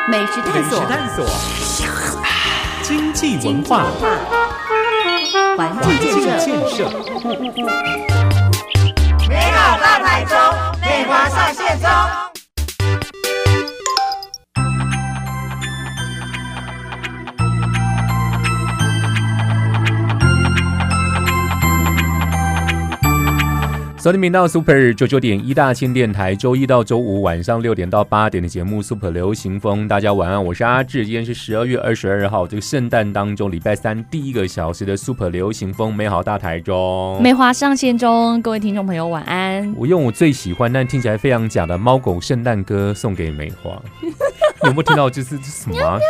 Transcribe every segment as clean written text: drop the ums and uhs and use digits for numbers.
美食探索， 经济文化， 环境建设， 美好大台中，内华上线中。 收听频道 Super 99.1大千电台，周一到周五晚上6点到8点的节目 Super 流行风。大家晚安，我是阿志。今天是12月22号，这个圣诞当中礼拜三第一个小时的 Super 流行风，美好大台中， 梅花上线中，各位听众朋友晚安。 我用我最喜欢但听起来非常假的猫狗圣诞歌送给梅花。有没有听到？这是什么、啊？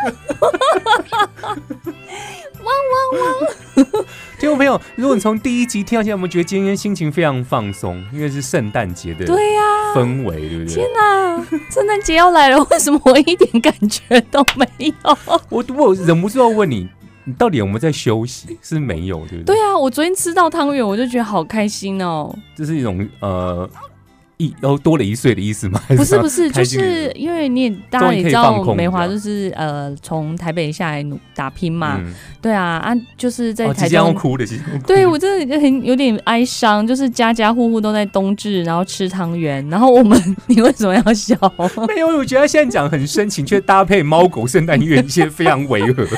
汪汪汪！ 听众朋友，如果你从第一集听到现在，有没有觉得今天心情非常放松？因为是圣诞节的氛围，对不对？ 天哪，圣诞节要来了，为什么我一点感觉都没有？ 我忍不住要问你，你到底有没有在休息？是没有，对不对？ 对啊，我昨天吃到汤圆，我就觉得好开心哦。 这是一种多了1岁的意思吗？ 不是，就是因为大家也知道，梅华就是从台北下来打拼嘛，对啊，就是在台中， 即将要哭的， 对我真的有点哀伤，就是家家户户都在冬至，然后吃汤圆，然后你为什么要笑？ 没有，我觉得现在讲很深情，却搭配猫狗圣诞乐，一些非常违和。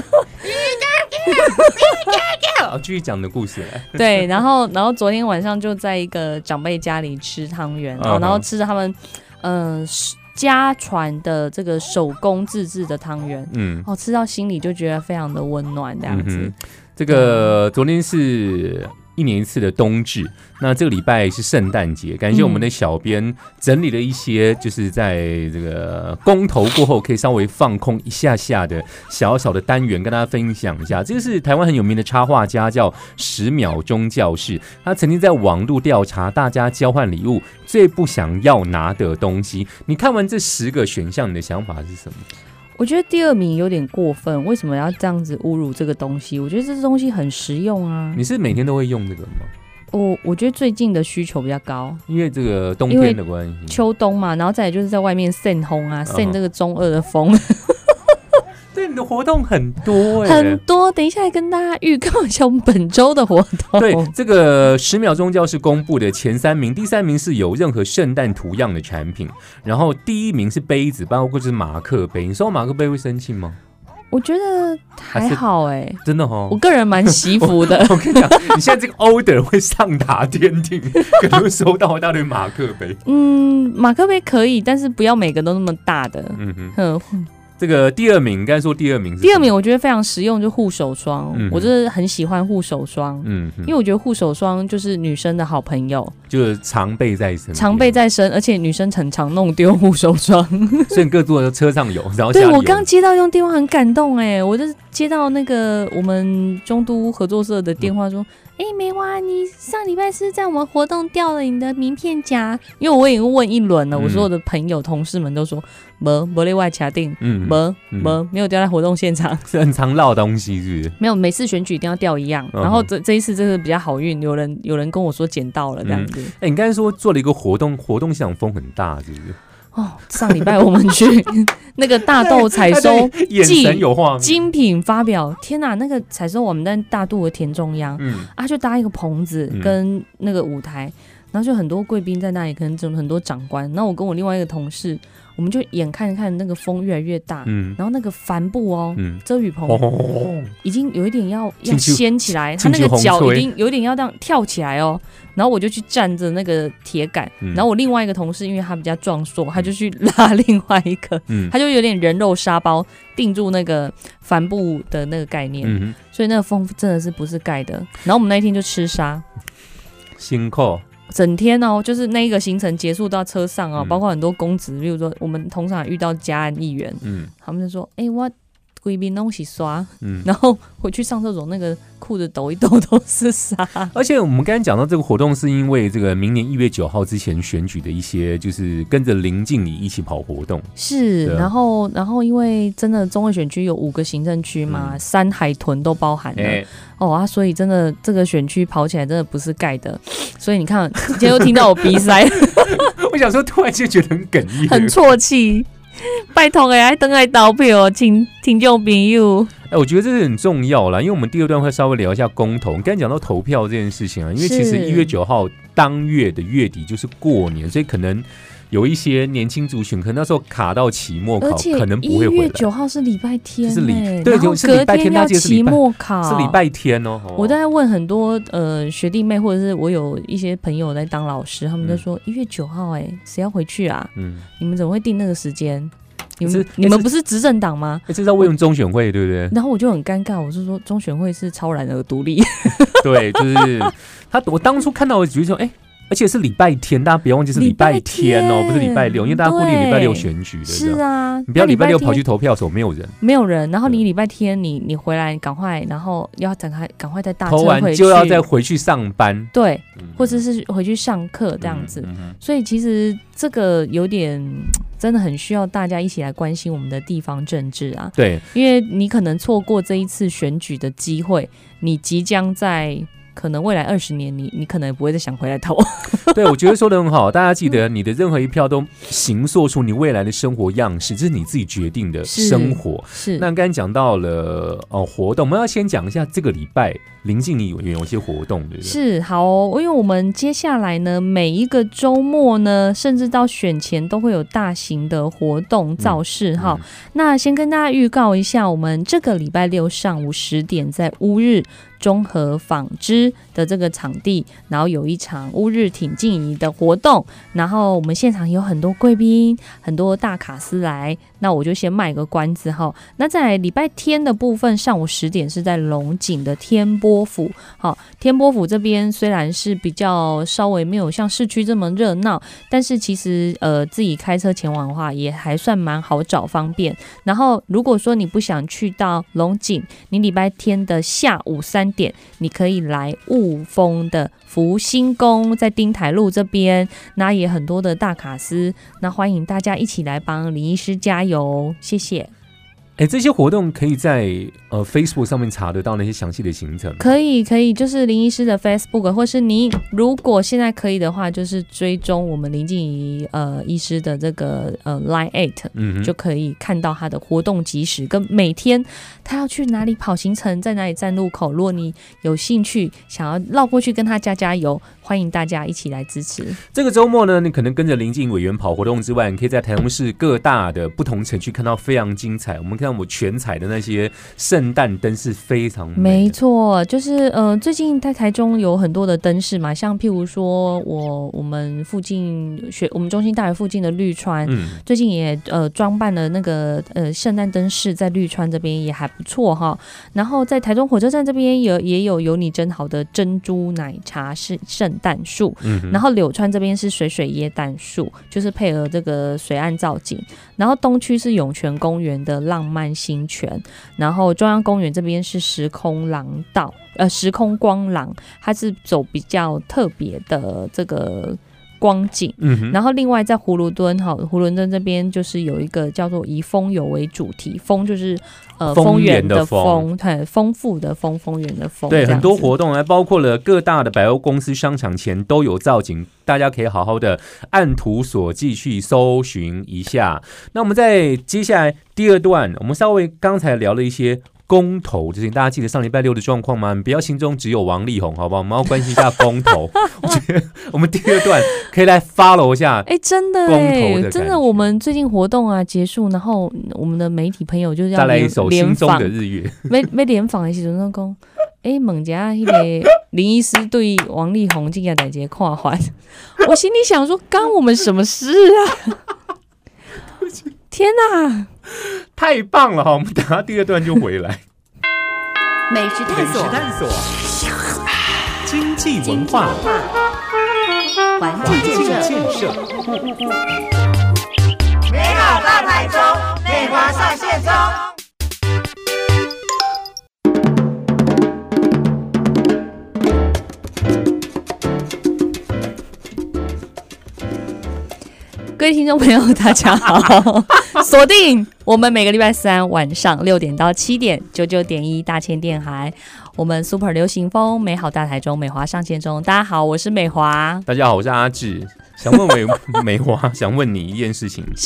继续讲的故事来。 对，然后昨天晚上就在一个长辈家里吃汤圆，然后吃着他们家传的这个手工自制的汤圆，吃到心里就觉得非常的温暖这样子。 这个昨天是1年1次的冬至，那这个礼拜是圣诞节，感谢我们的小编整理了一些就是在这个公投过后可以稍微放空一下下的小小的单元，跟大家分享一下。这个是台湾很有名的插画家，叫10秒钟教室，他曾经在网络调查大家交换礼物最不想要拿的东西。你看完这10个选项，你的想法是什么？ 我觉得第2名有点过分，为什么要这样子侮辱这个东西？我觉得这东西很实用啊。 你是每天都会用这个吗？ 我觉得最近的需求比较高， 因为这个冬天的关系， 秋冬嘛，然后再来就是在外面扇风啊，扇这个中2的风。 对，你的活动很多很多。等一下来跟大家预告一下我们本周的活动。 对，这个10秒钟教室公布的前3名，第3名是有任何圣诞图样的产品，然后第1名是杯子，包括就是马克杯。你收马克杯会生气吗？ 我觉得还好真的哦， 我个人蛮惜福的。 我跟你讲，你现在这个 order 会上达天庭，可能会收到一大堆马克杯。 马克杯可以，但是不要每个都那么大的。 这个第2名，刚才说第2名是什么？ 第2名我觉得非常实用，就护手霜。我真的很喜欢护手霜，因为我觉得护手霜就是女生的好朋友， 就是常备在身， 而且女生很常弄丢护手霜， 所以各坐的车上有，然后对，我刚接到用电话很感动我就是接到那个我们中都合作社的电话说。梅花，你上礼拜是在我们活动掉了你的名片夹，因为我已经问一轮了，我所有的朋友同事们都说没另外卡定，没有掉在活动现场， 是很常落的东西，是不是？ 没有，每次选举一定要掉一样，然后这一次真的比较好运，有人跟我说捡到了这样子。 你刚才说做了一个活动现场风很大，是不是？ 上礼拜我们去那个大豆采收季精品发表，天哪！那个采收我们在大肚的田中央，就搭一个棚子跟那个舞台，然后就很多贵宾在那里，可能很多长官。然后我跟我另外一个同事，我们就眼看那个风越来越大，然后那个帆布遮雨棚已经有一点要掀起来，他那个脚已经有一点要这样跳起来然后我就去站着那个铁杆，然后我另外一个同事因为他比较壮硕，他就去拉另外一个，他就有点人肉沙包定住那个帆布的那个概念，所以那个风真的是不是盖的。然后我们那一天就吃沙， 辛苦。 整天就是那一个行程结束到车上包括很多公职，比如说我们通常遇到嘉安议员，他们就说我规边东西刷，然后回去上厕所那个裤子抖一抖都是沙。 而且我们刚才讲到这个活动是因为这个明年1月9号之前选举的一些就是跟着林静怡一起跑活动是，然后因为真的中卫选区有5个行政区嘛，3海屯都包含了所以真的这个选区跑起来真的不是盖的，所以你看今天又听到我鼻塞。 我想说突然就觉得很哽咽， 很啜泣。 拜托哎，等来投票，请听众朋友。 我觉得这是很重要啦，因为我们第二段会稍微聊一下公投。刚才讲到投票这件事情啊，因为其实1月9号当月的月底就是过年，所以可能有一些年轻族群，可能那时候卡到期末考，可能不会回来。1 月9号是礼拜天， 是对， 是礼拜天， 要期末考， 是礼拜天哦。 我在问很多学弟妹，或者是我有一些朋友在当老师，他们就说1月9号，谁要回去啊？你们怎么会定那个时间？你们不是执政党吗？ 这是要问用中选会，对不对？ 然后我就很尴尬，我是说中选会是超然而独立。 对，就是我当初看到我觉得说，而且是礼拜天，大家不要忘记是礼拜天哦，不是礼拜六，因为大家固定礼拜六选举的。 是啊， 你不要礼拜六跑去投票的时候没有人， 没有人。然后你礼拜天你回来赶快，然后要赶快再搭车回去， 投完就要再回去上班， 对，或者是回去上课这样子。所以其实这个有点真的很需要大家一起来关心我们的地方政治啊。 对， 因为你可能错过这一次选举的机会，你即将在可能未来20年你可能也不会再想回来投。 对，我觉得说得很好，大家记得你的任何一票都形塑出你未来的生活样式，这是你自己决定的生活。 是。 那刚才讲到了活动，我们要先讲一下这个礼拜林静怡委员有一些活动，对不对？ 是，好哦，因为我们接下来呢，每一个周末呢，甚至到选前都会有大型的活动造势哈。那先跟大家预告一下，我们这个礼拜六上午10点在乌日中和纺织的这个场地，然后有一场乌日挺静怡的活动，然后我们现场有很多贵宾，很多大卡司来，那我就先卖个关子哈。那在礼拜天的部分，上午10点是在龙井的天波府，好，天波府这边虽然是比较稍微没有像市区这么热闹，但是其实自己开车前往的话，也还算蛮好找方便。然后如果说你不想去到龙井，你礼拜天的下午3点，你可以来雾峰的福星宫，在丁台路这边，那也很多的大卡司，那欢迎大家一起来帮林医师加油，谢谢。 这些活动可以在Facebook 上面查得到那些详细的行程。 可以，就是林医师的 Facebook， 或是你如果现在可以的话，就是追踪我们林静怡医师的这个Line8，就可以看到他的活动即时跟每天他要去哪里跑行程，在哪里站路口。如果你有兴趣想要绕过去跟他加油，欢迎大家一起来支持。这个周末呢，你可能跟着林静怡委员跑活动之外，你可以在台中市各大的不同城区看到非常精彩。我们看我全彩的那些圣诞灯是非常美的。 没错，就是最近在台中有很多的灯饰嘛，像譬如说我们附近我们中心大学附近的绿川，最近也装办了那个圣诞灯饰，在绿川这边也还不错哈。然后在台中火车站这边也有你真好的珍珠奶茶是圣诞树，然后柳川这边是水椰蛋树，就是配合这个水岸造景。然后东区是涌泉公园的浪漫新泉，然后中央公园这边是时空光廊，它是走比较特别的这个光景，然后另外在葫芦墩这边就是有一个叫做以风友为主题，风就是丰原的丰，对，丰富的丰，丰原的丰， 对，很多活动还包括了各大的百货公司商场前都有造景，大家可以好好的按图索骥去搜寻一下。那我们在接下来第二段，我们稍微刚才聊了一些公投，就是大家记得上礼拜六的状况吗？你不要心中只有王力宏，好不好？我们要关心一下公投。我觉得我们第二段可以来 follow 一下。 真的公投的真的，我们最近活动啊结束，然后我们的媒体朋友就是要再来一首心中的日月， 没联访的时候讲，问一下那个林医师对王力宏这件代志看法，我心里想说，干我们什么事啊？天哪！ 太棒了哈！我们等下第二段就回来。 美食探索，经济文化，环境建设。 美好大台中，美华上线中。 各位听众朋友大家好，锁定我们每个礼拜3晚上6点到7点 99.1 大千电台，我们 Super 流行风美好大台中，美华上线中。大家好，我是美华。 大家好，我是阿志。想问美华，想问你一件事情， 是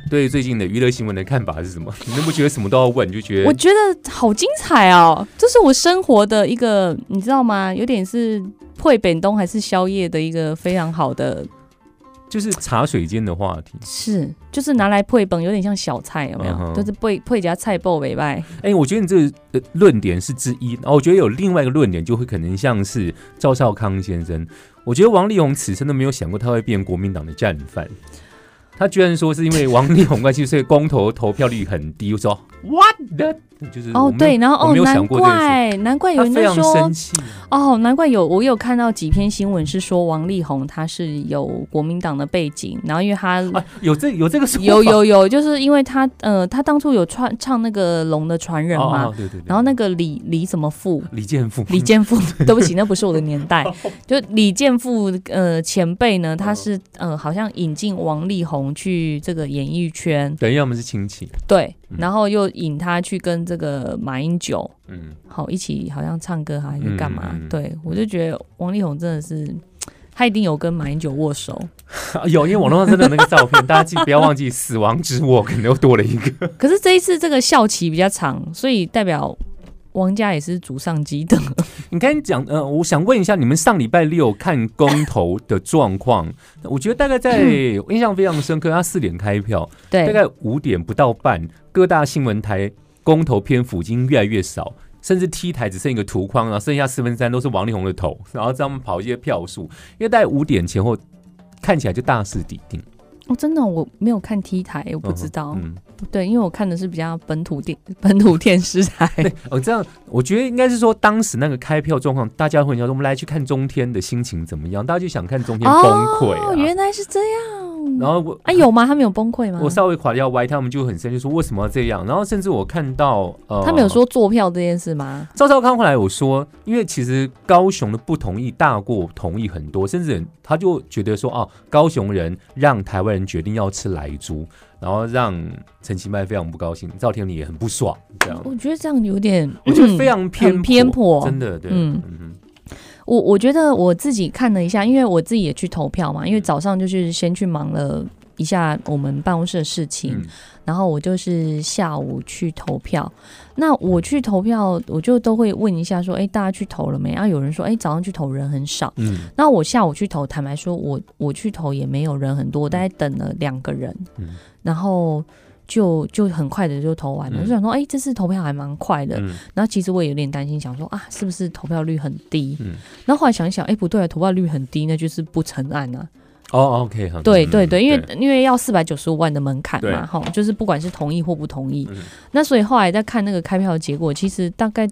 对最近的娱乐新闻的看法是什么？你都不觉得什么都要问，就觉得我觉得好精彩哦！这是我生活的一个，你知道吗？有点是配便当还是宵夜的一个非常好的。 就是茶水间的话题， 就是拿来配饭，有点像小菜，有没有？就是配加菜包尾拜。 我觉得你这个论点是之一，然后我觉得有另外一个论点，就会可能像是赵少康先生。我觉得王力宏此生都没有想过他会变国民党的战犯，他居然说是因为王力宏关系，所以公投投票率很低。我说 What the？ 就是对，然后难怪有人在说， 他非常生气难怪我有看到几篇新闻是说王力宏他是有国民党的背景，然后因为他有这个说法， 有，就是因为他当初有唱那个龙的传人嘛， 对， 然后那个李什么富， 李健富， 对不起，那不是我的年代，就李健富前辈呢，他是好像引进王力宏去这个演艺圈， 等于他们是亲戚， 对，然后又引他去跟这个马英九，好一起好像唱歌还是干嘛？对，我就觉得王力宏真的是，他一定有跟马英九握手。 有，因为网络上真的有那个照片，大家不要忘记，死亡之握可能又多了一个。 可是这一次这个校期比较长，所以代表王家也是祖上积德。 你刚才讲，我想问一下，你们上礼拜六看公投的状况，我觉得大概在印象非常深刻，他4点开票， 对， 大概5点不到半，各大新闻台公投篇幅已经越来越少，甚至 T 台只剩一个图框，然后剩下3/4都是王力宏的头，然后这样跑一些票数，因为大概5点前后看起来就大势已定。 真的我没有看 T 台，我不知道。对，因为我看的是比较本土电视台。 这样我觉得应该是说，当时那个开票状况，大家会说我们来去看中天的心情怎么样？大家就想看中天崩溃原来是这样。 然后有吗？他们有崩溃吗？ 我稍微垮掉歪，他们就很生气，说为什么要这样？然后甚至我看到他们有说做票这件事吗？ 赵少康后来有说，因为其实高雄的不同意大过同意很多，甚至他就觉得说高雄人让台湾人决定要吃莱猪，然后让陈其迈非常不高兴，赵天麟也很不爽，这样我觉得这样有点， 我觉得非常偏颇， 真的，对， 我觉得我自己看了一下，因为我自己也去投票嘛，因为早上就是先去忙了一下我们办公室的事情，然后我就是下午去投票。那我去投票，我就都会问一下说，大家去投了没？有人说，早上去投人很少。那我下午去投，坦白说，我去投也没有人很多，我大概等了2个人，然后就很快的就投完了。我就想说，这次投票还蛮快的。然后其实我也有点担心，想说是不是投票率很低？然后后来想一想，不对，投票率很低，那就是不成案啊。 OK， 好， 对，因为要495万的门槛嘛，就是不管是同意或不同意。那所以后来在看那个开票的结果，其实大概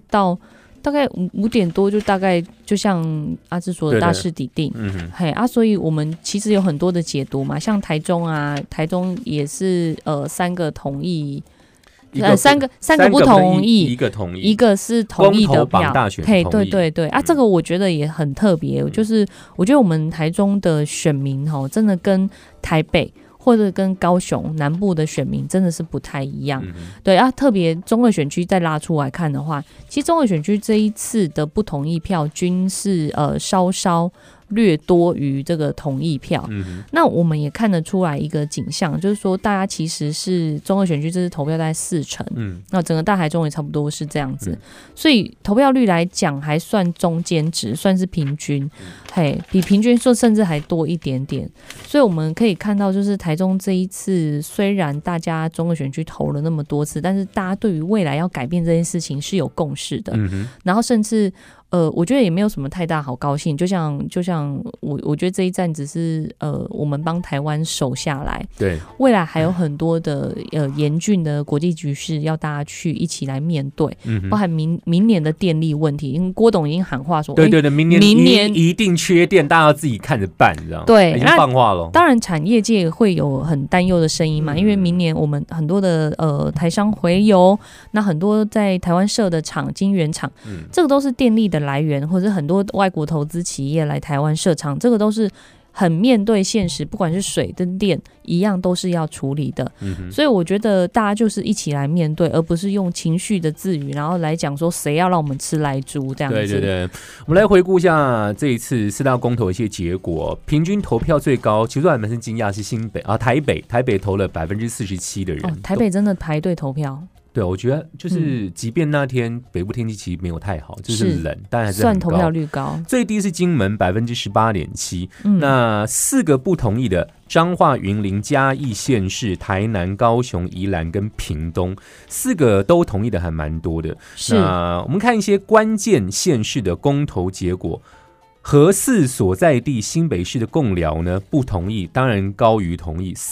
5点多就大概就像阿芝说的大势已定。所以我们其实有很多的解读嘛，像台中也是3个同意。三个不同意， 一个同意， 一个是同意的票。对这个我觉得也很特别，就是我觉得我们台中的选民真的跟台北或者跟高雄南部的选民真的是不太一样。对特别中二选区再拉出来看的话，其实中二选区这一次的不同意票均是稍稍略多于这个同意票。那我们也看得出来一个景象，就是说大家其实是中二选区这次投票大概40%，那整个大台中也差不多是这样子，所以投票率来讲还算中间值，算是平均，比平均数甚至还多一点点。所以我们可以看到，就是台中这一次虽然大家中二选区投了那么多次，但是大家对于未来要改变这件事情是有共识的。然后甚至我觉得也没有什么太大好高兴，就像我觉得这一站只是我们帮台湾守下来， 对， 未来还有很多的严峻的国际局势要大家去一起来面对，包含明年的电力问题，因为郭董已经喊话说， 对，明年一定缺电，大家要自己看着办，这样对， 已经放话了。 当然产业界会有很担忧的声音嘛，因为明年我们很多的台商回流，那很多在台湾设的厂，晶圆厂，这个都是电力的来源，或者很多外国投资企业来台湾设厂，这个都是很面对现实，不管是水跟电一样都是要处理的。所以我觉得大家就是一起来面对，而不是用情绪的字语然后来讲说谁要让我们吃来猪这样子。 对对对，我们来回顾一下这一次4大公投的一些结果，平均投票最高，其实我还蛮惊讶是台北投了47%的人。 台北真的排队投票。 对，我觉得就是即便那天北部天气其实没有太好，就是冷，但还是很高， 算投票率高。 最低是金门18.7%，那4个不同意的彰化、云林、嘉义县市、台南、高雄、宜兰跟屏东4个都同意的还蛮多的。那我们看一些关键县市的公投结果。核四所在地新北市的贡寮呢不同意，当然高于同意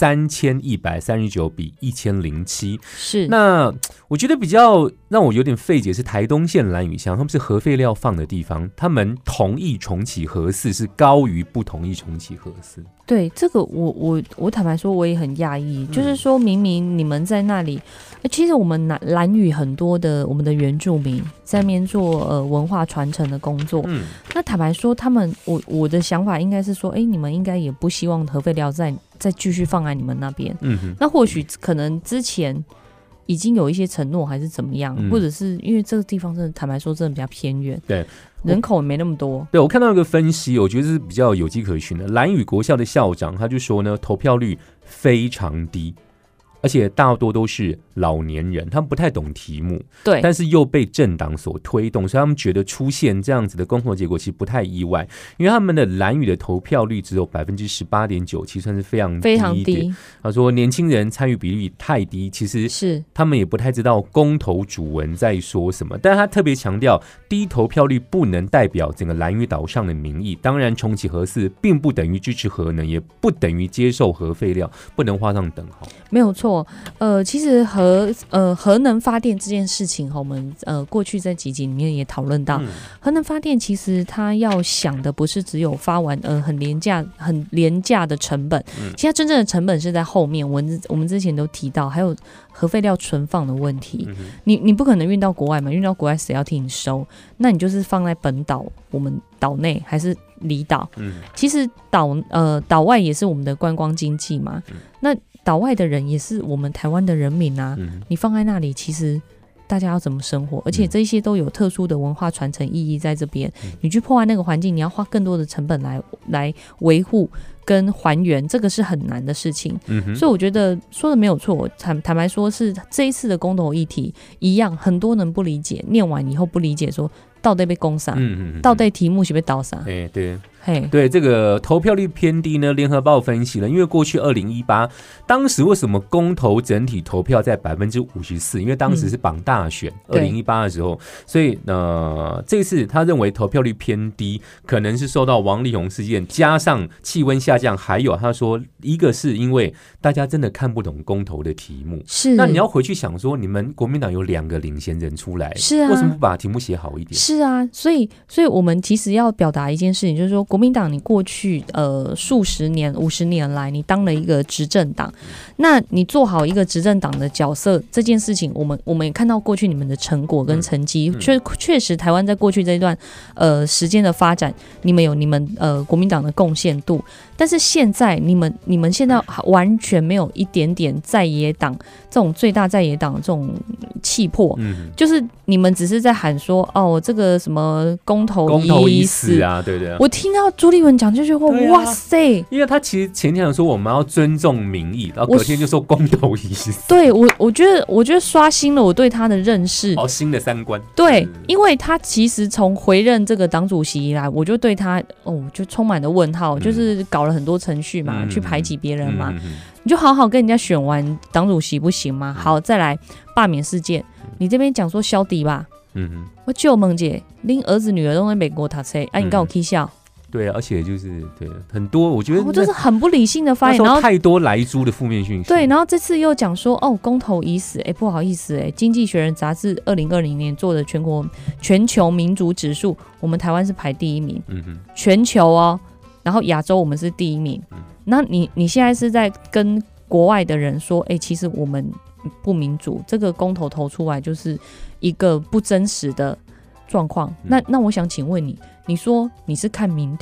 ，3139比1007。是，那我觉得比较让我有点费解是台东县兰屿乡，他们是核废料放的地方，他们同意重启核四是高于不同意重启核四。 对，这个我坦白说我也很讶异，就是说明明你们在那里，其实我们兰屿很多的我们的原住民在那边做文化传承的工作，那坦白说他们我的想法应该是说，你们应该也不希望核废料再继续放在你们那边，那或许可能之前已经有一些承诺还是怎么样，或者是因为这个地方真的坦白说真的比较偏远，对，人口也没那么多。 对，我看到一个分析，我觉得是比较有迹可循的。兰屿国校的校长他就说呢，投票率非常低，而且大多都是老年人，他们不太懂题目，对，但是又被政党所推动，所以他们觉得出现这样子的公投结果其实不太意外，因为他们的兰屿的投票率只有18.9%，其实算是非常低。他说年轻人参与比例太低，其实是他们也不太知道公投主文在说什么，但他特别强调低投票率不能代表整个兰屿岛上的民意，当然重启核四并不等于支持核能，也不等于接受核废料，不能画上等号。 没有错，其实核能发电这件事情，我们过去在几集里面也讨论到，核能发电其实它要想的不是只有发完很廉价的成本，其实真正的成本是在后面。我们之前都提到，还有核废料存放的问题，你不可能运到国外嘛，运到国外谁要替你收？那你就是放在本岛，我们岛内还是离岛？其实岛外也是我们的观光经济嘛，那岛外的人也是我们台湾的人民啊，你放在那里，其实大家要怎么生活？而且这些都有特殊的文化传承意义在这边。你去破坏那个环境，你要花更多的成本来维护跟还原，这个是很难的事情。所以我觉得说的没有错，坦白说是这一次的公投议题一样，很多人不理解，念完以后不理解说到底被攻啥，到底题目是被倒啥？ 对，这个投票率偏低呢，联合报分析了，因为过去2018当时为什么公投整体投票在54%，因为当时是绑大选，2018的时候，所以这次他认为投票率偏低，可能是受到王力宏事件加上气温下降，还有他说一个是因为大家真的看不懂公投的题目，是，那你要回去想说，你们国民党有2个领衔人出来，是啊，为什么不把题目写好一点？ 是啊，所以我们其实要表达一件事情，就是说国民党你过去数十年50年来你当了一个执政党，那你做好一个执政党的角色这件事情，我们也看到过去你们的成果跟成绩，确实台湾在过去这一段时间的发展，你们有你们国民党的贡献度，但是现在你们现在完全没有一点点在野党这种最大在野党的这种气魄，就是你们只是在喊说这个什么公投已死啊，对对啊，我听到朱立伦讲这句话，哇塞！ 因为他其实前天说我们要尊重民意，然后隔天就说公投已死。 对，我觉得刷新了我对他的认识， 新的三观。 对，因为他其实从回任这个党主席以来，我就对他就充满了问号，就是搞了很多程序嘛，去排挤别人嘛。你就好好跟人家选完党主席不行吗？好，再来罢免事件，你这边讲说消敌吧。我就问姐，恁儿子女儿都在美国读书，你跟我起笑？ 对啊，而且就是对很多，我觉得这是很不理性的发言， 然后太多莱猪的负面讯息。 对，然后这次又讲说公投已死，不好意思，经济学人杂志2020年做的全球民主指数，我们台湾是排第1名，全球然后亚洲我们是第1名。那你现在是在跟国外的人说，其实我们不民主，这个公投投出来就是一个不真实的状况。那我想请问你说你是看民调，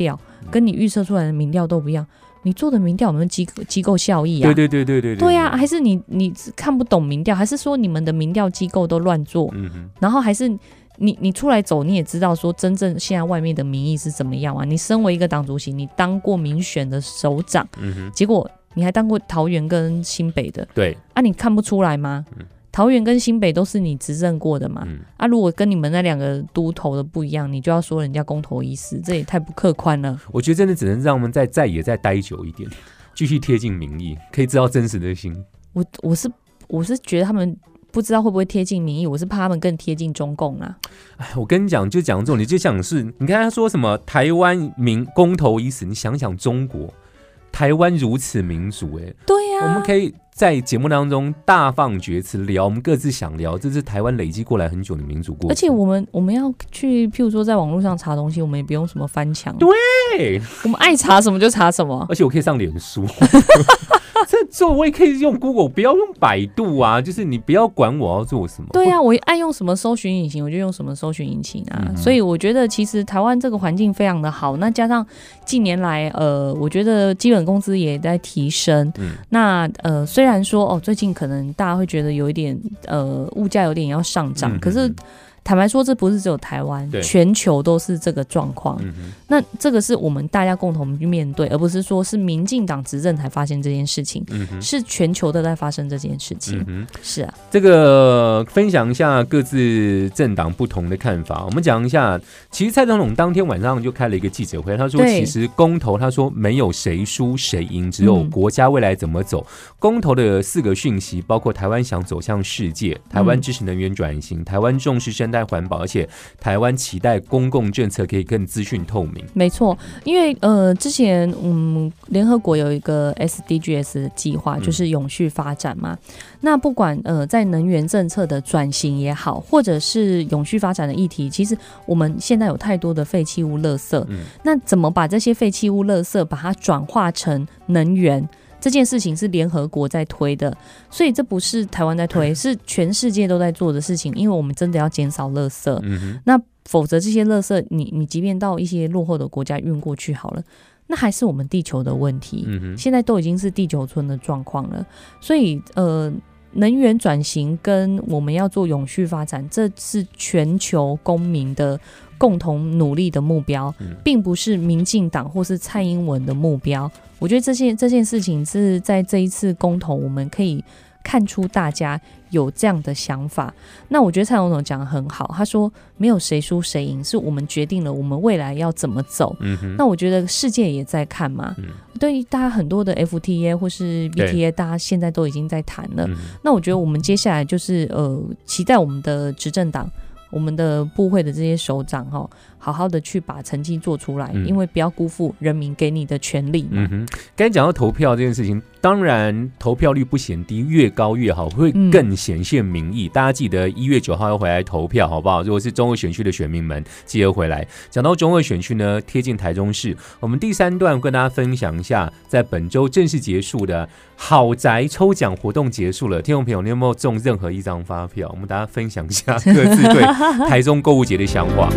跟你预测出来的民调都不一样。你做的民调有没有机构效益啊？对啊，还是你看不懂民调，还是说你们的民调机构都乱做？然后还是你出来走，你也知道说真正现在外面的民意是怎么样啊？你身为一个党主席，你当过民选的首长，结果你还当过桃园跟新北的， 对啊，你看不出来吗？桃园跟新北都是你执政过的嘛，啊，如果跟你们那2个都投的不一样，你就要说人家公投一事，这也太不客观了。 我觉得真的只能让我们再待久一点，继续贴近民意，可以知道真实的心。我是觉得他们不知道会不会贴近民意，我是怕他们更贴近中共啦。 哎，我跟你讲，就讲这种，你就想是，你看他说什么台湾公投已死，你想想中国。台湾如此民主， 对呀， 我们可以在节目当中大放厥词聊我们各自想聊，这是台湾累积过来很久的民主过程。 而且我们要去，譬如说在网络上查东西，我们也不用什么翻墙， 对， 我们爱查什么就查什么， 而且我可以上脸书。这做我也可以用 Google， 不要用百度啊，就是你不要管我要做什么。 对啊，我爱用什么搜寻引擎我就用什么搜寻引擎啊。所以我觉得其实台湾这个环境非常的好，那加上近年来我觉得基本工资也在提升。那虽然说最近可能大家会觉得有一点物价有点要上涨，可是坦白说，这不是只有台湾，全球都是这个状况。那这个是我们大家共同去面对，而不是说是民进党执政才发现这件事情，是全球都在发生这件事情。是啊， 这个分享一下各自政党不同的看法。我们讲一下，其实蔡总统当天晚上就开了一个记者会，他说其实公投，他说没有谁输谁赢，只有国家未来怎么走。公投的4个讯息，包括台湾想走向世界，台湾支持能源转型，台湾重视生态环保，而且台湾期待公共政策可以更资讯透明。 没错，因为之前联合国有一个 SDGs 的计划，就是永续发展嘛。那不管在能源政策的转型也好，或者是永续发展的议题，其实我们现在有太多的废弃物垃圾，那怎么把这些废弃物垃圾把它转化成能源？这件事情是联合国在推的，所以这不是台湾在推，是全世界都在做的事情。因为我们真的要减少垃圾，那否则这些垃圾你即便到一些落后的国家运过去好了，那还是我们地球的问题。现在都已经是地球村的状况了，所以能源转型跟我们要做永续发展，这是全球公民的共同努力的目标，并不是民进党或是蔡英文的目标。我觉得这件事情是在这一次公投，我们可以看出大家有这样的想法。那我觉得蔡总统讲得很好，他说没有谁输谁赢，是我们决定了我们未来要怎么走。那我觉得世界也在看嘛，对于大家很多的 FTA 或是 BTA 大家现在都已经在谈了。那我觉得我们接下来就是期待我们的执政党，我们的部会的这些首长好好的去把成绩做出来，因为不要辜负人民给你的权利嘛。 刚才讲到投票这件事情，当然投票率不嫌低，越高越好，会更显现民意。大家记得1月9号要回来投票，好不好？如果是中二选区的选民们，记得回来。讲到中二选区呢，贴近台中市，我们第3段跟大家分享一下，在本周正式结束的豪宅抽奖活动结束了。听众朋友，你有没有中任何一张发票？我们大家分享一下各自对台中购物节的想法。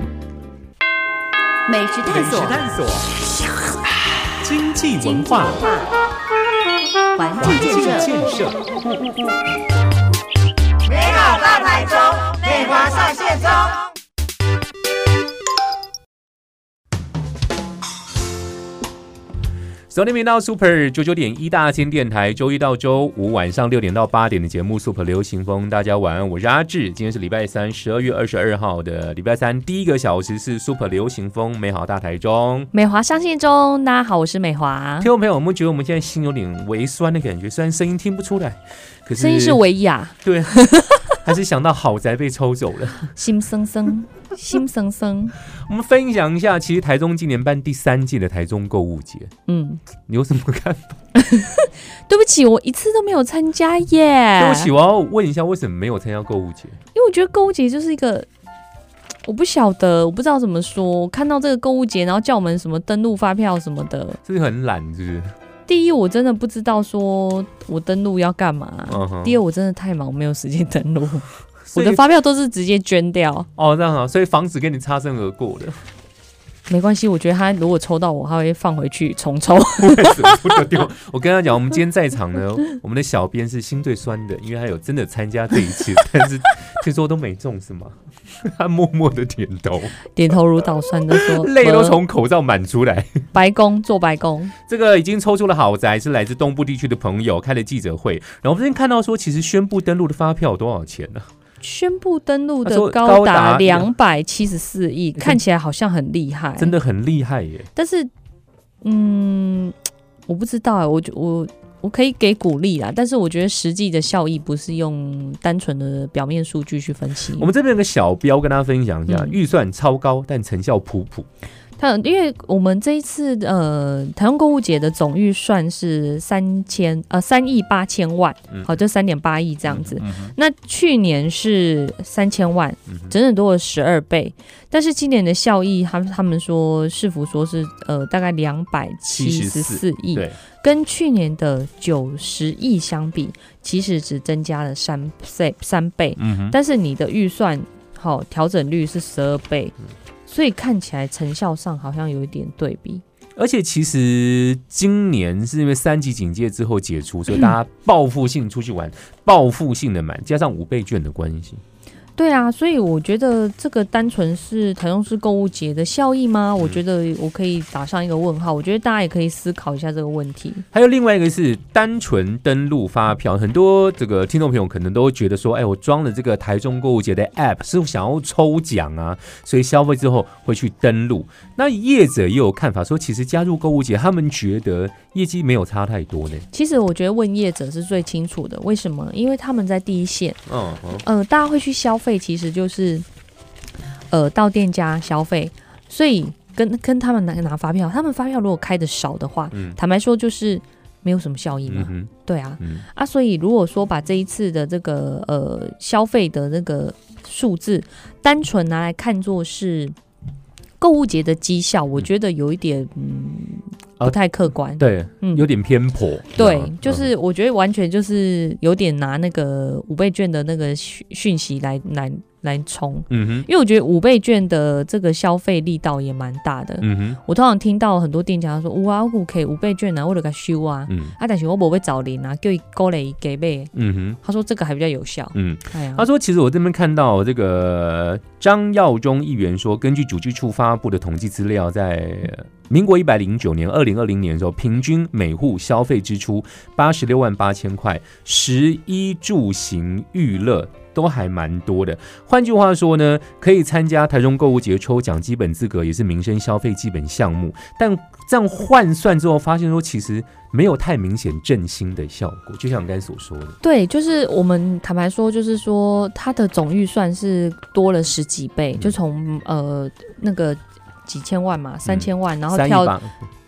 美食探索，经济文化，环境建设， 美好大台中，内华上线中。 收听频道 Super 99.1大千电台，周一到周五晚上6点到8点的节目 Super 流行风。大家晚安，我是阿志。今天是礼拜三，12月22号的礼拜三，第1个小时是 Super 流行风，美好大台中， 美华上线中。大家好，我是美华。 听众朋友，我们觉得我们现在心有点微酸的感觉，虽然声音听不出来，可是声音是微哑。 对，还是想到豪宅被抽走了， 心生生。心生生， 我们分享一下，其实台中今年办第3届的台中购物节，你有什么看法？ 对不起，我一次都没有参加耶。 对不起，我要问一下，为什么没有参加购物节？ 因为我觉得购物节就是一个，我不晓得，我不知道怎么说。我看到这个购物节，然后叫我们什么登录发票什么的， 这是很懒，是不是？ 第一，我真的不知道说我登录要干嘛；第二，我真的太忙，没有时间登录。我的发票都是直接捐掉。 哦，这样好，所以防止跟你擦身而过的。 没关系，我觉得他如果抽到我，他会放回去重抽。 为什么不能丢？我跟他讲，我们今天在场呢，我们的小编是心最酸的，因为他有真的参加这一次，但是听说都没中，是吗？他默默的点头， 点头如捣蒜的说， 泪都从口罩满出来。 白宫做白宫， 这个已经抽出了豪宅，是来自东部地区的朋友开了记者会，然后我们这边看到说，其实宣布登陆的发票有多少钱呢？ 宣布登陆的高达274亿，看起来好像很厉害， 真的很厉害耶。 但是，我不知道哎，我可以给鼓励啦，但是我觉得实际的效益不是用单纯的表面数据去分析。 我们这边有个小标跟大家分享一下，预算超高，但成效普普。 因为我们这一次台中购物节的总预算是3亿8千万，好，就3.8亿这样子。那去年是3000万，整整多了12倍。但是今年的效益，他们说市府说是大概274亿，跟去年的90亿相比，其实只增加了3倍。但是你的预算好调整率是12倍。所以看起来成效上好像有一点对比， 而且其实今年是因为3级警戒之后解除，所以大家报复性出去玩，报复性的买，加上5倍券的关系。 对啊，所以我觉得这个单纯是台中市购物节的效益吗？我觉得我可以打上一个问号。我觉得大家也可以思考一下这个问题。 还有另外一个是单纯登录发票，很多这个听众朋友可能都会觉得说，我装了这个台中购物节的 App 是想要抽奖啊，所以消费之后会去登录。那业者也有看法说，其实加入购物节，他们觉得业绩没有差太多呢。 其实我觉得问业者是最清楚的，为什么？因为他们在第一线，大家会去消费。其实就是到店家消费，所以跟他们拿发票，他们发票如果开的少的话，坦白说就是没有什么效益嘛。对啊，所以如果说把这一次的这个消费的那个数字单纯拿来看作是购物节的绩效，我觉得有一点不太客观， 对，有点偏颇。 对，就是我觉得完全就是有点拿那个5倍券的那个讯息来冲，因为我觉得5倍券的这个消费力道也蛮大的。我通常听到很多店家说，哇，我可以5倍券啊，我就给收啊，但是我不会找零啊，叫勾勒给呗。他说这个还比较有效。他说其实我这边看到这个张耀忠议员说，根据主计处发布的统计资料，在民国109年2020年的时候，平均每户消费支出86万8千块，食衣住行娱乐都还蛮多的。换句话说呢，可以参加台中购物节抽奖，基本资格也是民生消费基本项目。但这样换算之后，发现说其实没有太明显振兴的效果，就像你刚才所说的。 对，就是我们坦白说，就是说它的总预算是多了10几倍，就从那个几千万嘛，3000万，然后跳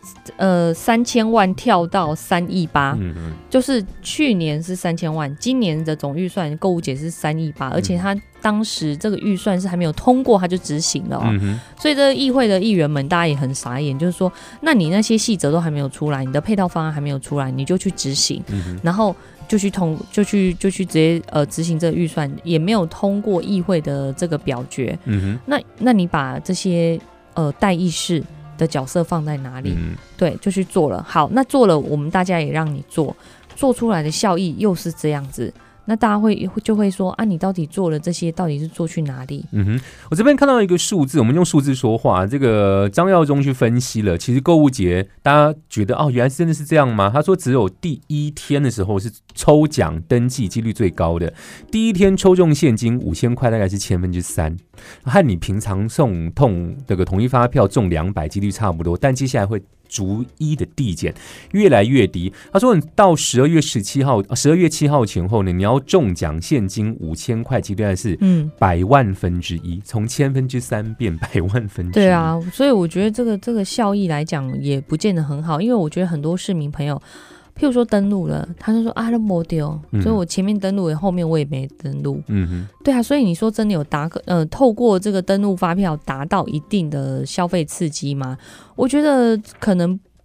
3000万跳到3亿8，就是去年是3000万，今年的总预算购物节是3亿8，而且他当时这个预算是还没有通过他就执行了所以这个议会的议员们大家也很傻眼，就是说，那你那些细则都还没有出来，你的配套方案还没有出来，你就去执行，然后就去直接执行这个预算，也没有通过议会的这个表决，那你把这些代议士的角色放在哪里？对，就去做了。好，那做了，我们大家也让你做出来的效益又是这样子，那大家就会说啊，你到底做了这些，到底是做去哪里？ 我这边看到一个数字，我们用数字说话。这个张耀忠去分析了，其实购物节大家觉得原来真的是这样吗？他说只有第1天的时候是抽奖登记几率最高的，第1天抽中现金5000块，大概是3%，和你平常送这个统一发票中200几率差不多，但接下来会逐一的递减，越来越低。他说，你到12月7号前后呢，你要中奖现金5000块，几率是100万分之1，从3%变100万分之1。 对啊，所以我觉得这个效益来讲也不见得很好，因为我觉得很多市民朋友，譬如说登录了，他就说啊，都没丢，所以我前面登录，后面我也没登录。对啊，所以你说真的有透过这个登录发票达到一定的消费刺激吗？我觉得可能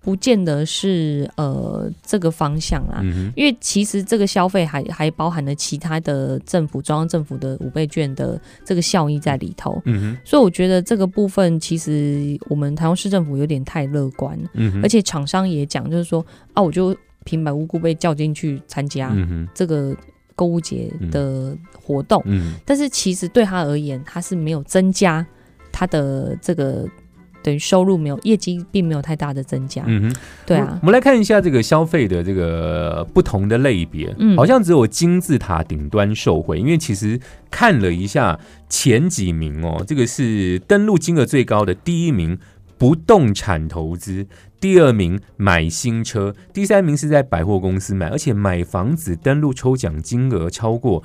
不见得是这个方向啦，因为其实这个消费还包含了其他的中央政府的5倍券的这个效益在里头，所以我觉得这个部分其实我们台中市政府有点太乐观，而且厂商也讲就是说啊，我就平白无故被叫进去参加这个购物节的活动，但是其实对他而言，他是没有增加他的这个。等于收入没有，业绩并没有太大的增加。对啊。 我们来看一下这个消费的这个不同的类别，好像只有金字塔顶端受惠，因为其实看了一下前几名哦，这个是登录金额最高的，第1名不动产投资，第2名买新车，第3名是在百货公司买，而且买房子登录抽奖金额超过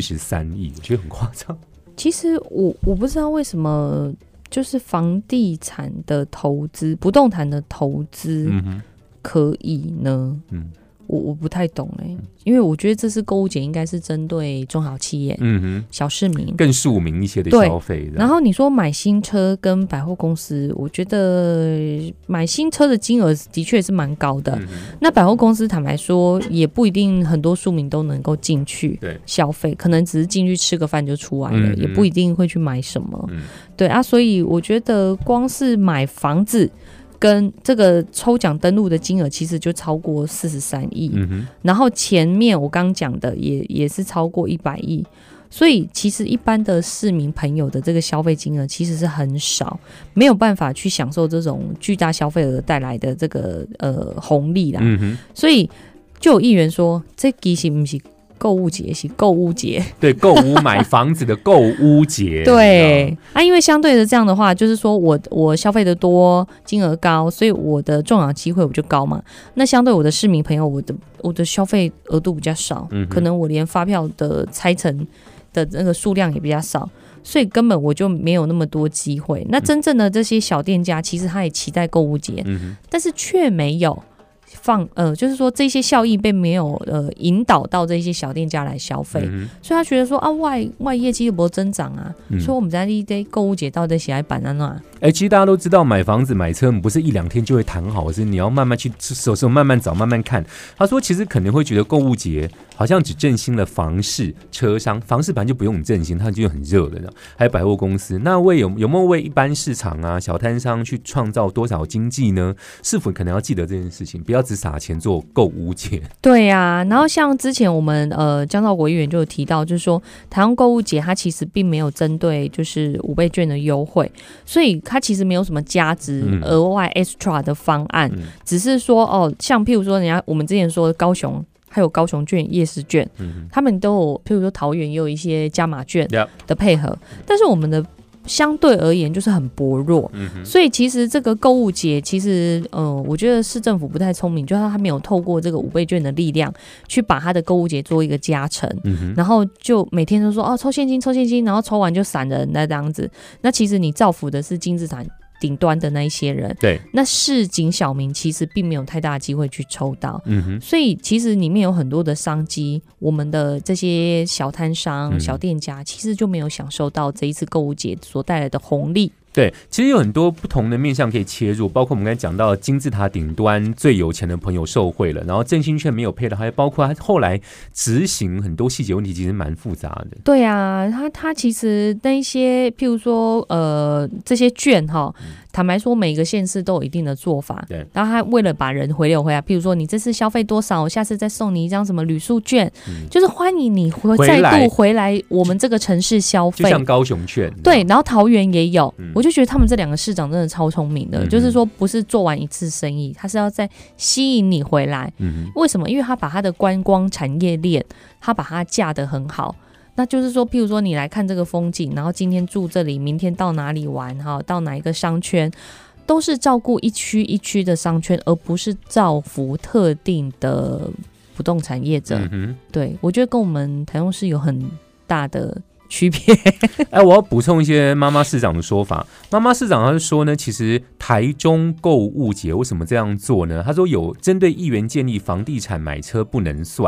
43亿，我觉得很夸张。 其实我不知道为什么。就是房地产的投资、不动产的投资可以呢？我不太懂因为我觉得这次购物节应该是针对中小企业、小市民更庶民一些的消费。 然后你说买新车跟百货公司，我觉得买新车的金额的确是蛮高的。那百货公司坦白说，也不一定很多庶民都能够进去消费，可能只是进去吃个饭就出来了，也不一定会去买什么。对啊，所以我觉得光是买房子。跟这个抽奖登录的金额其实就超过43亿，然后前面我刚讲的也是超过100亿，所以其实一般的市民朋友的这个消费金额其实是很少，没有办法去享受这种巨大消费额带来的这个红利啦。所以就有议员说，这其实不是购物节，是购物节， 对，购物买房子的购物节。 对啊，因为相对的这样的话，就是说我消费的多，金额高，所以我的中奖机会我就高嘛。那相对我的市民朋友，我的消费额度比较少，可能我连发票的拆成的那个数量也比较少，所以根本我就没有那么多机会。那真正的这些小店家，其实他也期待购物节，但是却没有。就是说这些效益并没有引导到这些小店家来消费，所以他觉得说啊外业绩又不增长啊，所以我们在这购物节到底写来办在哪？ 其实大家都知道买房子买车不是1-2天就会谈好，是你要慢慢去手慢慢找慢慢看。他说其实可能会觉得购物节好像只振兴了房市车商，房市本来就不用你振兴，它就很热了，还有百货公司，那有没有为一般市场啊小摊商去创造多少经济呢？是否可能要记得这件事情，不要只撒钱做购物节。 对啊，然后像之前我们江兆国议员就有提到，就是说台湾购物节它其实并没有针对就是5倍券的优惠，所以它其实没有什么价值额外 extra 的方案，只是说像譬如说我们之前说的高雄还有高雄券、夜市券，他们都有，譬如说桃园也有一些加码券的配合，但是我们的相对而言就是很薄弱，所以其实这个购物节，其实我觉得市政府不太聪明，就是他没有透过这个5倍券的力量去把他的购物节做一个加成，然后就每天都说抽现金，然后抽完就散人那这样子，那其实你造福的是金字塔顶端的那一些人， 对， 那市井小民其实并没有太大的机会去抽到，所以其实里面有很多的商机，我们的这些小摊商、小店家其实就没有享受到这一次购物节所带来的红利。 对，其实有很多不同的面向可以切入，包括我们刚才讲到金字塔顶端最有钱的朋友受惠了，然后振兴券没有配的，还包括他后来执行很多细节问题，其实蛮复杂的。 对啊，他其实那一些譬如说这些券坦白说每个县市都有一定的做法，对，然后他为了把人回流回来，譬如说你这次消费多少，我下次再送你一张什么旅宿券，就是欢迎你再度回来我们这个城市消费， 就像高雄券， 对，然后桃园也有，我就觉得他们这两个市长真的超聪明的，就是说不是做完一次生意，他是要再吸引你回来，为什么？因为他把他的观光产业链他把它架得很好，那就是说譬如说你来看这个风景，然后今天住这里，明天到哪里玩，到哪一个商圈，都是照顾一区一区的商圈，而不是造福特定的不动产业者。对，我觉得跟我们台中市有很大的区别。 我要补充一些妈妈市长的说法。妈妈市长他就说呢，其实台中购物节为什么这样做呢？他说有针对议员建议房地产买车不能算，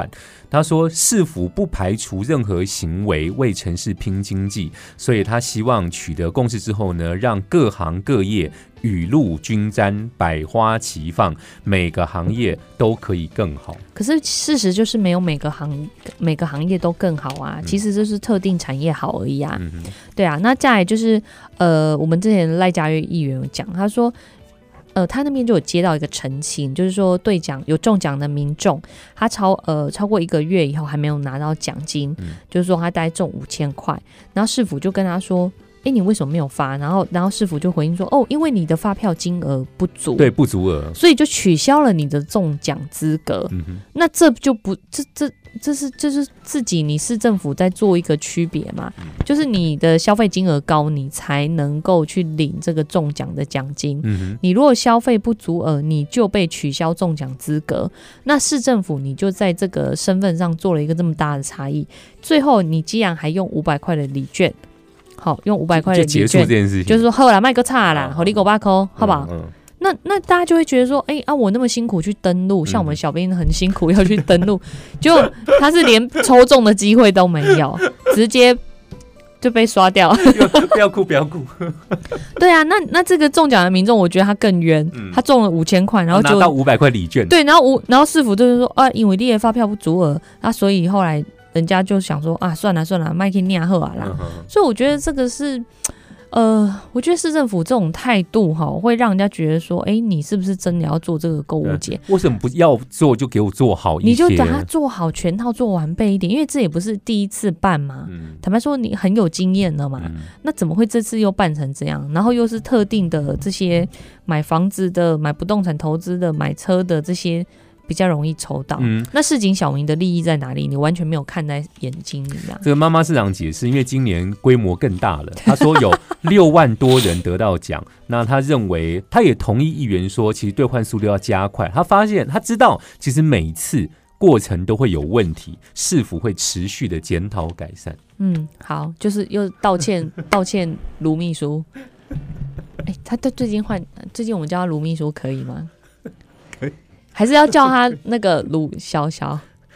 他说市府不排除任何行为为城市拼经济，所以他希望取得共识之后呢，让各行各业雨露均沾，百花齐放，每个行业都可以更好。 可是事实就是没有每个行业都更好啊，其实就是特定产业好而已啊。对啊，那再来就是我们之前赖嘉悦议员有讲，他说他那边就有接到一个澄清，就是说对奖有中奖的民众，他超过1个月以后还没有拿到奖金，就是说他大概中5000块，然后市府就跟他说，你为什么没有发？然后市府就回应说，因为你的发票金额不足， 对，不足额， 所以就取消了你的中奖资格。那这就不这是自己你市政府在做一个区别嘛？就是你的消费金额高，你才能够去领这个中奖的奖金。你如果消费不足额，你就被取消中奖资格。那市政府你就在这个身份上做了一个这么大的差异。最后你既然还用500块的礼券，好，用500块的礼券就结束这件事情， 就是说好啦，卖个差啦，好你给我8块，好不好？那大家就会觉得说，我那么辛苦去登录，像我们小编很辛苦要去登录，就他是连抽中的机会都没有，直接就被刷掉。 不要哭，不要哭。 对啊，那这个中奖的民众，我觉得他更冤，他中了5000块，然后就拿到500块礼券。 对，然后市府就是说因为你的发票不足额，所以后来人家就想说算了，麦克尼亚赫啊啦。所以我觉得这个是。我觉得市政府这种态度会让人家觉得说，你是不是真的要做这个购物节？ 为什么不要做就给我做好一些？ 你就把它做好，全套做完备一点，因为这也不是第一次办嘛。坦白说，你很有经验了嘛，那怎么会这次又办成这样？然后又是特定的这些买房子的、买不动产投资的、买车的这些。比较容易抽到，那市井小民的利益在哪里？你完全没有看在眼睛里啊！ 这个妈妈市长解释，因为今年规模更大了，她说有6万多人得到奖，那她认为，她也同意议员说，其实兑换速度要加快。她知道，其实每一次过程都会有问题，市府会持续的检讨改善。 好，就是又道歉卢秘书。他最近我们叫他卢秘书可以吗？还是要叫他那个卢小小？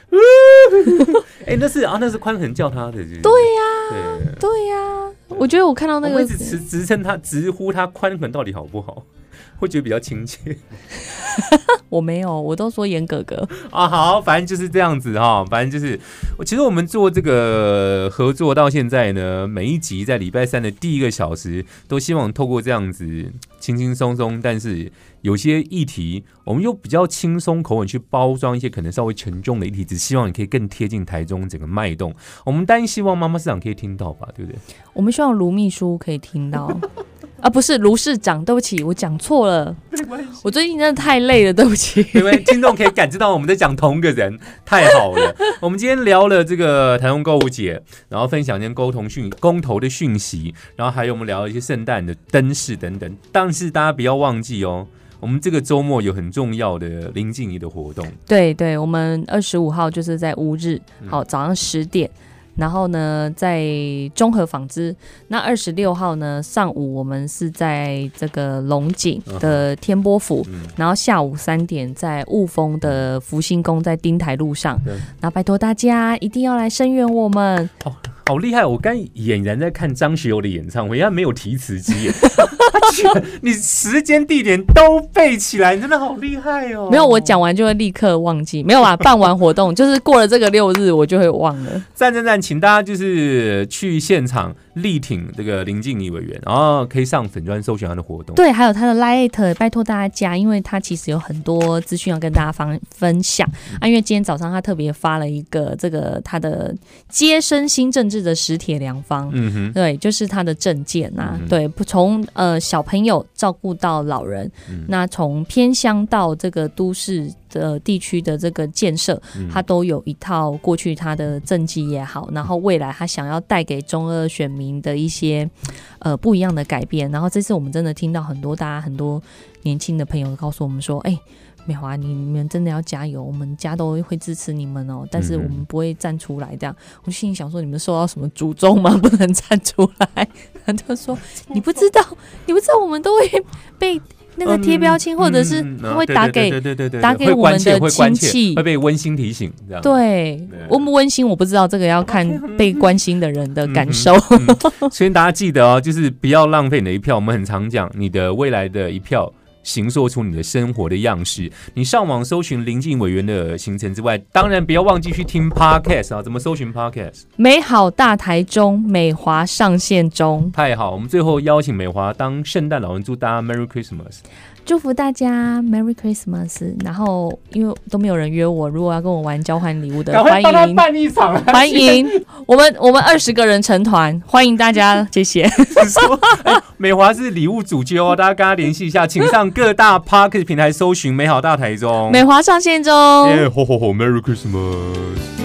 那是宽恒叫他的。 对呀，我觉得我看到那个， 我一直直称他，直呼他宽恒到底好不好？会觉得比较亲切。 我没有，我都说严哥哥好，反正就是这样子反正就是，其实我们做这个合作到现在呢，每一集在礼拜3的第1个小时，都希望透过这样子轻轻松松，但是有些议题我们又比较轻松口吻去包装一些可能稍微沉重的议题，只希望你可以更贴近台中整个脉动。我们单希望妈妈市长可以听到吧，对不对？ 我们希望卢秘书可以听到。不是卢市长，对不起，我讲错了。我最近真的太累了，对不起。 因为听众可以感知到我们在讲同一个人，太好了。我们今天聊了这个台中购物节，然后分享一些公投的讯息，然后还有我们聊了一些圣诞的灯饰等等。但是大家不要忘记我们这个周末有很重要的林静怡的活动。对， 我们25号就是在乌日，早上10点。然后呢，在中和纺织。那26号呢，上午我们是在这个龙井的天波府，然后下午3点在雾峰的福星宫，在丁台路上。然后拜托大家一定要来声援我们。 好厉害！我刚俨然在看张学友的演唱会，他没有提词机耶。你时间地点都背起来，你真的好厉害哦！ 没有，我讲完就会立刻忘记，没有啊，办完活动就是过了这个6日，我就会忘了。 赞，请大家就是去现场力挺这个林静怡委员，然后可以上粉专搜寻他的活动。 对，还有他的 Line， 拜托大家加，因为他其实有很多资讯要跟大家分享因为今天早上他特别发了一个这个他的接生新政治的实铁良方，对，就是他的政见对，从小朋友照顾到老人，那从偏乡到这个都市的地区的这个建设，他都有一套过去他的政绩也好，然后未来他想要带给中二选民的一些不一样的改变。然后这次我们真的听到很多年轻的朋友告诉我们说，没有啊，你们真的要加油，我们家都会支持你们但是我们不会站出来这样。我心里想说，你们受到什么诅咒吗？不能站出来？他就说你不知道我们都会被那个贴标签，或者是他会打给我们的亲戚， 会被温馨提醒这样。 对，我们温馨我不知道，这个要看被关心的人的感受。 所以大家记得哦，就是不要浪费你的一票。我们很常讲，你的未来的一票形塑出你的生活的样式。你上网搜寻林进委员的行程之外，当然不要忘记去听 Podcast 啊！怎么搜寻 Podcast？ 美好大台中，美华上线中。 太好，我们最后邀请美华当圣诞老人，祝大家 Merry Christmas。 祝福大家 Merry Christmas， 然后因为都没有人约我，如果要跟我玩交换礼物的，欢迎办一场， 欢迎我们20个人成团，欢迎大家，谢谢。 美华是礼物主揪哦，大家跟他联系一下，请上各大 Podcast 平台搜寻美好大台中， 美华上线中。 Merry Christmas。